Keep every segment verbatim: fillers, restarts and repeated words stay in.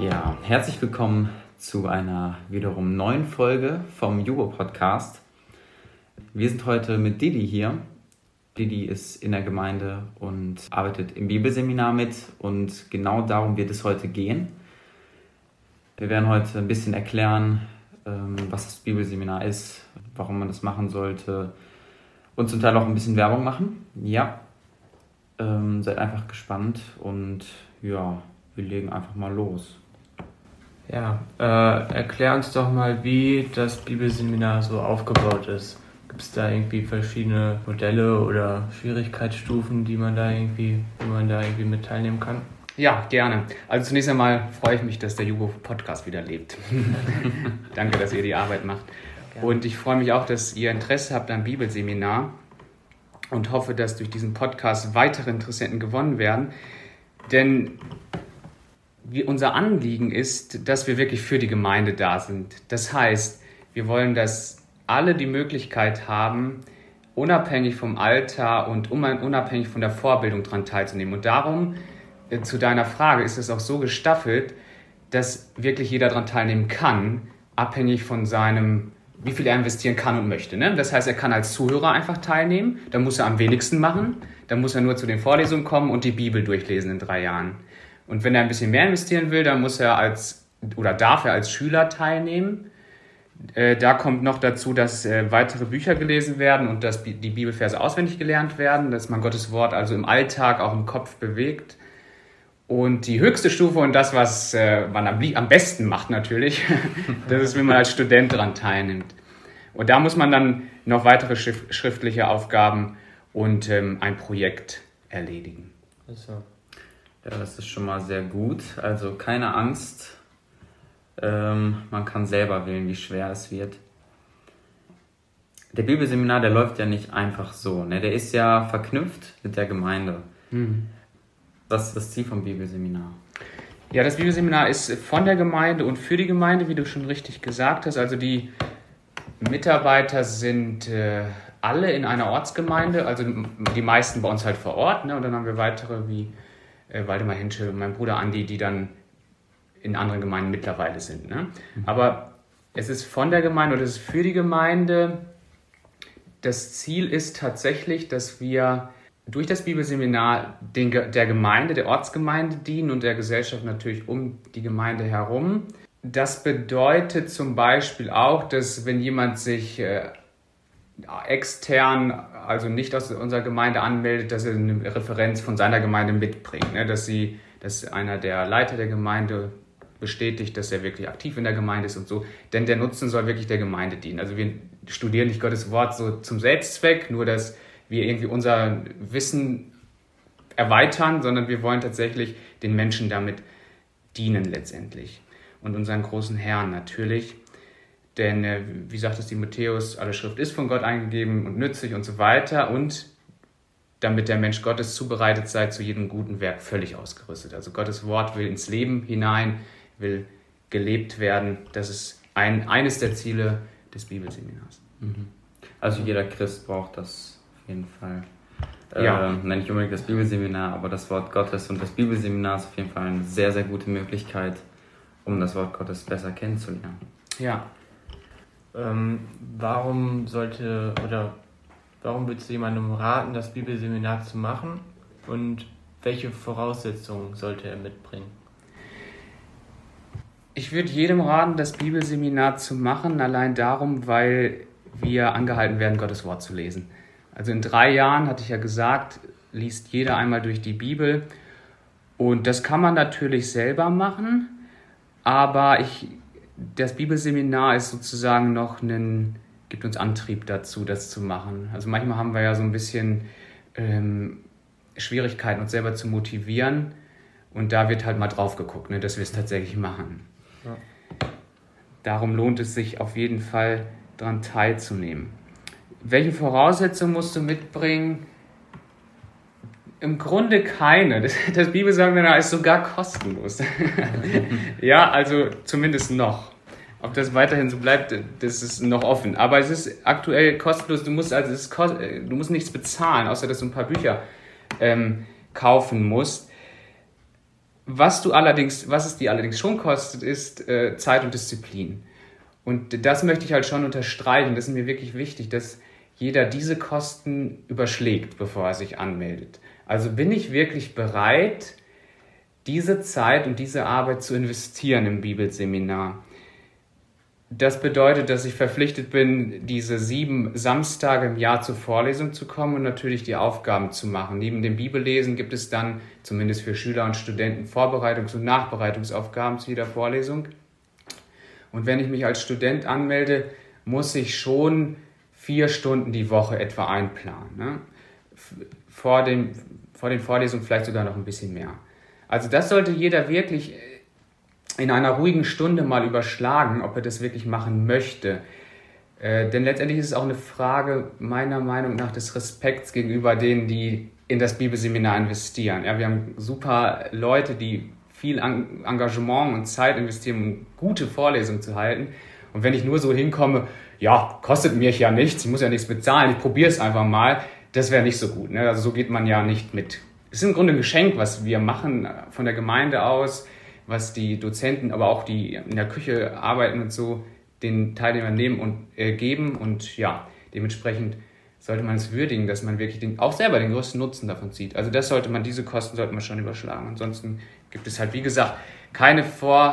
Ja, herzlich willkommen zu einer wiederum neuen Folge vom Jugo-Podcast. Wir sind heute mit Didi hier. Didi ist in der Gemeinde und arbeitet im Bibelseminar mit und genau darum wird es heute gehen. Wir werden heute ein bisschen erklären, was das Bibelseminar ist, warum man das machen sollte und zum Teil auch ein bisschen Werbung machen. Ja, ähm, seid einfach gespannt und ja, wir legen einfach mal los. Ja, äh, erklär uns doch mal, wie das Bibelseminar so aufgebaut ist. Gibt es da irgendwie verschiedene Modelle oder Schwierigkeitsstufen, die man da irgendwie, wo man da irgendwie mit teilnehmen kann? Ja, gerne. Also zunächst einmal freue ich mich, dass der Jugo-Podcast wieder lebt. Danke, dass ihr die Arbeit macht. Gerne. Und ich freue mich auch, dass ihr Interesse habt am Bibelseminar und hoffe, dass durch diesen Podcast weitere Interessenten gewonnen werden. Denn wie unser Anliegen ist, dass wir wirklich für die Gemeinde da sind. Das heißt, wir wollen, dass alle die Möglichkeit haben, unabhängig vom Alter und unabhängig von der Vorbildung daran teilzunehmen. Und darum, äh, zu deiner Frage, ist es auch so gestaffelt, dass wirklich jeder daran teilnehmen kann, abhängig von seinem, wie viel er investieren kann und möchte. Ne? Das heißt, er kann als Zuhörer einfach teilnehmen, dann muss er am wenigsten machen, dann muss er nur zu den Vorlesungen kommen und die Bibel durchlesen in drei Jahren. Und wenn er ein bisschen mehr investieren will, dann muss er als oder darf er als Schüler teilnehmen. Äh, da kommt noch dazu, dass äh, weitere Bücher gelesen werden und dass die Bibelverse auswendig gelernt werden, dass man Gottes Wort also im Alltag auch im Kopf bewegt. Und die höchste Stufe und das, was äh, man am, am besten macht natürlich, das ist, wenn man als Student daran teilnimmt. Und da muss man dann noch weitere schrift, schriftliche Aufgaben und ähm, ein Projekt erledigen. Also. Ja, das ist schon mal sehr gut. Also keine Angst. Ähm, man kann selber wählen, wie schwer es wird. Der Bibelseminar, der läuft ja nicht einfach so. Ne? Der ist ja verknüpft mit der Gemeinde. Mhm. Was ist das Ziel vom Bibelseminar? Ja, das Bibelseminar ist von der Gemeinde und für die Gemeinde, wie du schon richtig gesagt hast. Also die Mitarbeiter sind äh, alle in einer Ortsgemeinde, also die meisten bei uns halt vor Ort. Ne? Und dann haben wir weitere wie äh, Waldemar Henschel und mein Bruder Andi, die dann in anderen Gemeinden mittlerweile sind. Ne? Mhm. Aber es ist von der Gemeinde oder es ist für die Gemeinde. Das Ziel ist tatsächlich, dass wir durch das Bibelseminar den, der Gemeinde, der Ortsgemeinde dienen und der Gesellschaft natürlich um die Gemeinde herum. Das bedeutet zum Beispiel auch, dass wenn jemand sich äh, extern, also nicht aus unserer Gemeinde anmeldet, dass er eine Referenz von seiner Gemeinde mitbringt. Ne? Dass, sie, dass einer der Leiter der Gemeinde bestätigt, dass er wirklich aktiv in der Gemeinde ist und so. Denn der Nutzen soll wirklich der Gemeinde dienen. Also wir studieren nicht Gottes Wort so zum Selbstzweck, nur dass wir irgendwie unser Wissen erweitern, sondern wir wollen tatsächlich den Menschen damit dienen letztendlich. Und unseren großen Herrn natürlich. Denn, äh, wie sagt es Timotheus, alle Schrift ist von Gott eingegeben und nützlich und so weiter. Und damit der Mensch Gottes zubereitet sei, zu jedem guten Werk völlig ausgerüstet. Also Gottes Wort will ins Leben hinein, will gelebt werden. Das ist ein, eines der Ziele des Bibelseminars. Mhm. Also jeder Christ braucht das auf jeden Fall. Äh, ja. Nicht unbedingt das Bibelseminar, aber das Wort Gottes. Und das Bibelseminar ist auf jeden Fall eine sehr, sehr gute Möglichkeit, um das Wort Gottes besser kennenzulernen. Ja. Ähm, warum sollte oder warum würdest du jemandem raten, das Bibelseminar zu machen und welche Voraussetzungen sollte er mitbringen? Ich würde jedem raten, das Bibelseminar zu machen, allein darum, weil wir angehalten werden, Gottes Wort zu lesen. Also in drei Jahren, hatte ich ja gesagt, liest jeder einmal durch die Bibel und das kann man natürlich selber machen, aber ich Das Bibelseminar ist sozusagen noch ein, gibt uns Antrieb dazu, das zu machen. Also manchmal haben wir ja so ein bisschen ähm, Schwierigkeiten, uns selber zu motivieren. Und da wird halt mal drauf geguckt, ne, dass wir es tatsächlich machen. Ja. Darum lohnt es sich auf jeden Fall, daran teilzunehmen. Welche Voraussetzungen musst du mitbringen? Im Grunde keine. Das, das Bibelseminar ist sogar kostenlos. Ja, also zumindest noch. Ob das weiterhin so bleibt, das ist noch offen. Aber es ist aktuell kostenlos. Du musst also es ist, du musst nichts bezahlen, außer dass du ein paar Bücher ähm, kaufen musst. Was du allerdings, was es dir allerdings schon kostet, ist äh, Zeit und Disziplin. Und das möchte ich halt schon unterstreichen. Das ist mir wirklich wichtig, dass jeder diese Kosten überschlägt, bevor er sich anmeldet. Also bin ich wirklich bereit, diese Zeit und diese Arbeit zu investieren im Bibelseminar. Das bedeutet, dass ich verpflichtet bin, diese sieben Samstage im Jahr zur Vorlesung zu kommen und natürlich die Aufgaben zu machen. Neben dem Bibellesen gibt es dann, zumindest für Schüler und Studenten, Vorbereitungs- und Nachbereitungsaufgaben zu jeder Vorlesung. Und wenn ich mich als Student anmelde, muss ich schon vier Stunden die Woche etwa einplanen. Ne? Vor, dem, vor den Vorlesungen vielleicht sogar noch ein bisschen mehr. Also das sollte jeder wirklich in einer ruhigen Stunde mal überschlagen, ob er das wirklich machen möchte. Äh, denn letztendlich ist es auch eine Frage meiner Meinung nach des Respekts gegenüber denen, die in das Bibelseminar investieren. Ja, wir haben super Leute, die viel Engagement und Zeit investieren, um gute Vorlesungen zu halten. Und wenn ich nur so hinkomme, ja, kostet mich ja nichts, ich muss ja nichts bezahlen, ich probiere es einfach mal, das wäre nicht so gut. Ne? Also so geht man ja nicht mit. Es ist im Grunde ein Geschenk, was wir machen von der Gemeinde aus, was die Dozenten, aber auch die in der Küche arbeiten und so, den Teilnehmern nehmen und äh, geben. Und ja, dementsprechend sollte man es würdigen, dass man wirklich den, auch selber den größten Nutzen davon zieht. Also das sollte man, diese Kosten sollte man schon überschlagen. Ansonsten gibt es halt, wie gesagt, keine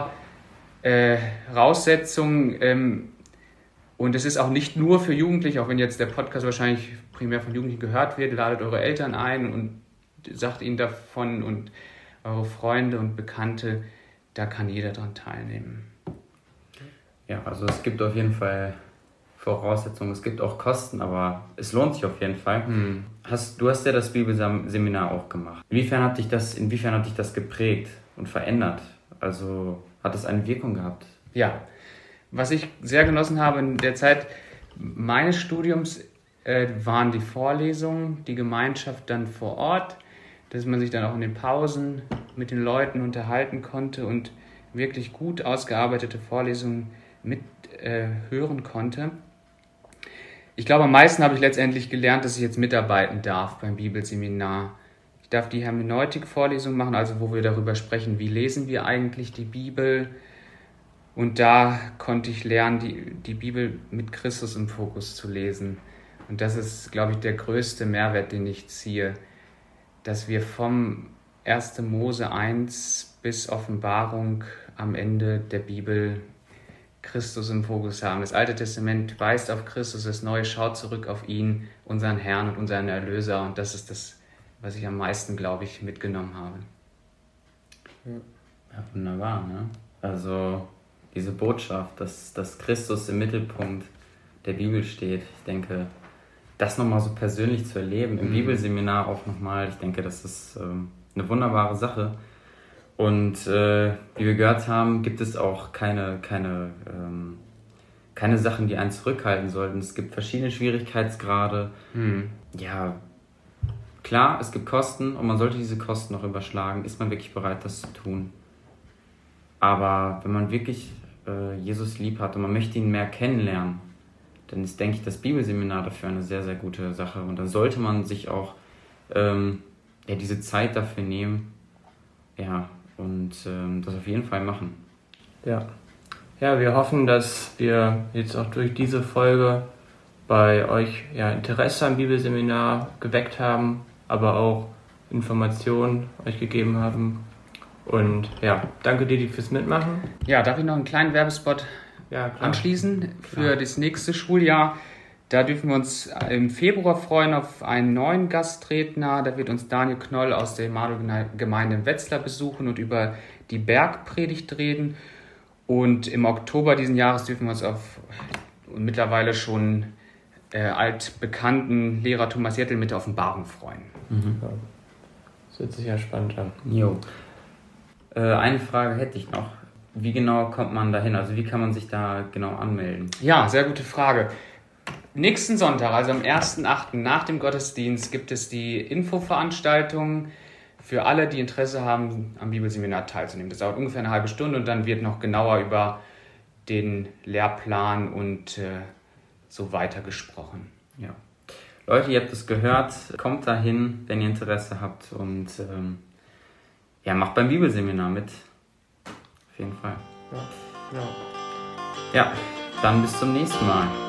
Voraussetzungen. Ähm, und es ist auch nicht nur für Jugendliche, auch wenn jetzt der Podcast wahrscheinlich primär von Jugendlichen gehört wird, ladet eure Eltern ein und sagt ihnen davon und eure Freunde und Bekannte, da kann jeder dran teilnehmen. Ja, also es gibt auf jeden Fall Voraussetzungen, es gibt auch Kosten, aber es lohnt sich auf jeden Fall. Hm. Hast, du hast ja das Bibelseminar auch gemacht. Inwiefern hat dich das, inwiefern hat dich das geprägt und verändert? Also hat es eine Wirkung gehabt? Ja, was ich sehr genossen habe in der Zeit meines Studiums, äh, waren die Vorlesungen, die Gemeinschaft dann vor Ort, dass man sich dann auch in den Pausen mit den Leuten unterhalten konnte und wirklich gut ausgearbeitete Vorlesungen mit äh, hören konnte. Ich glaube, am meisten habe ich letztendlich gelernt, dass ich jetzt mitarbeiten darf beim Bibelseminar. Ich darf die Hermeneutik-Vorlesung machen, also wo wir darüber sprechen, wie lesen wir eigentlich die Bibel. Und da konnte ich lernen, die, die Bibel mit Christus im Fokus zu lesen. Und das ist, glaube ich, der größte Mehrwert, den ich ziehe, dass wir vom erster Mose eins bis Offenbarung am Ende der Bibel Christus im Fokus haben. Das Alte Testament weist auf Christus, das Neue schaut zurück auf ihn, unseren Herrn und unseren Erlöser. Und das ist das, was ich am meisten, glaube ich, mitgenommen habe. Ja, wunderbar, ne? Also diese Botschaft, dass, dass Christus im Mittelpunkt der Bibel steht, ich denke, das nochmal so persönlich zu erleben, im mhm. Bibelseminar auch nochmal, ich denke, das ist ähm, eine wunderbare Sache. Und äh, wie wir gehört haben, gibt es auch keine, keine, ähm, keine Sachen, die einen zurückhalten sollten. Es gibt verschiedene Schwierigkeitsgrade. Mhm. Ja, klar, es gibt Kosten und man sollte diese Kosten noch überschlagen. Ist man wirklich bereit, das zu tun? Aber wenn man wirklich äh, Jesus lieb hat und man möchte ihn mehr kennenlernen, dann ist, denke ich, das Bibelseminar dafür eine sehr, sehr gute Sache. Und dann sollte man sich auch ähm, ja, diese Zeit dafür nehmen, ja, und ähm, das auf jeden Fall machen. Ja. Ja, wir hoffen, dass wir jetzt auch durch diese Folge bei euch ja, Interesse am Bibelseminar geweckt haben, aber auch Informationen euch gegeben haben. Und ja, danke Didi fürs Mitmachen. Ja, darf ich noch einen kleinen Werbespot ja, anschließen für klar. Das nächste Schuljahr? Da dürfen wir uns im Februar freuen auf einen neuen Gastredner. Da wird uns Daniel Knoll aus der Emanuel-Gemeinde in Wetzlar besuchen und über die Bergpredigt reden. Und im Oktober diesen Jahres dürfen wir uns auf mittlerweile schon äh, altbekannten Lehrer Thomas Jettel mit der Offenbarung freuen. Mhm. Ja. Das hört sich ja spannend an. Jo. Äh, eine Frage hätte ich noch. Wie genau kommt man da hin? Also wie kann man sich da genau anmelden? Ja, sehr gute Frage. Nächsten Sonntag, also am ersten achten nach dem Gottesdienst, gibt es die Infoveranstaltung für alle, die Interesse haben, am Bibelseminar teilzunehmen. Das dauert ungefähr eine halbe Stunde und dann wird noch genauer über den Lehrplan und äh, so weiter gesprochen. Ja. Leute, ihr habt es gehört, kommt dahin, wenn ihr Interesse habt und ähm, ja, macht beim Bibelseminar mit. Auf jeden Fall. Ja, ja. Ja, dann bis zum nächsten Mal.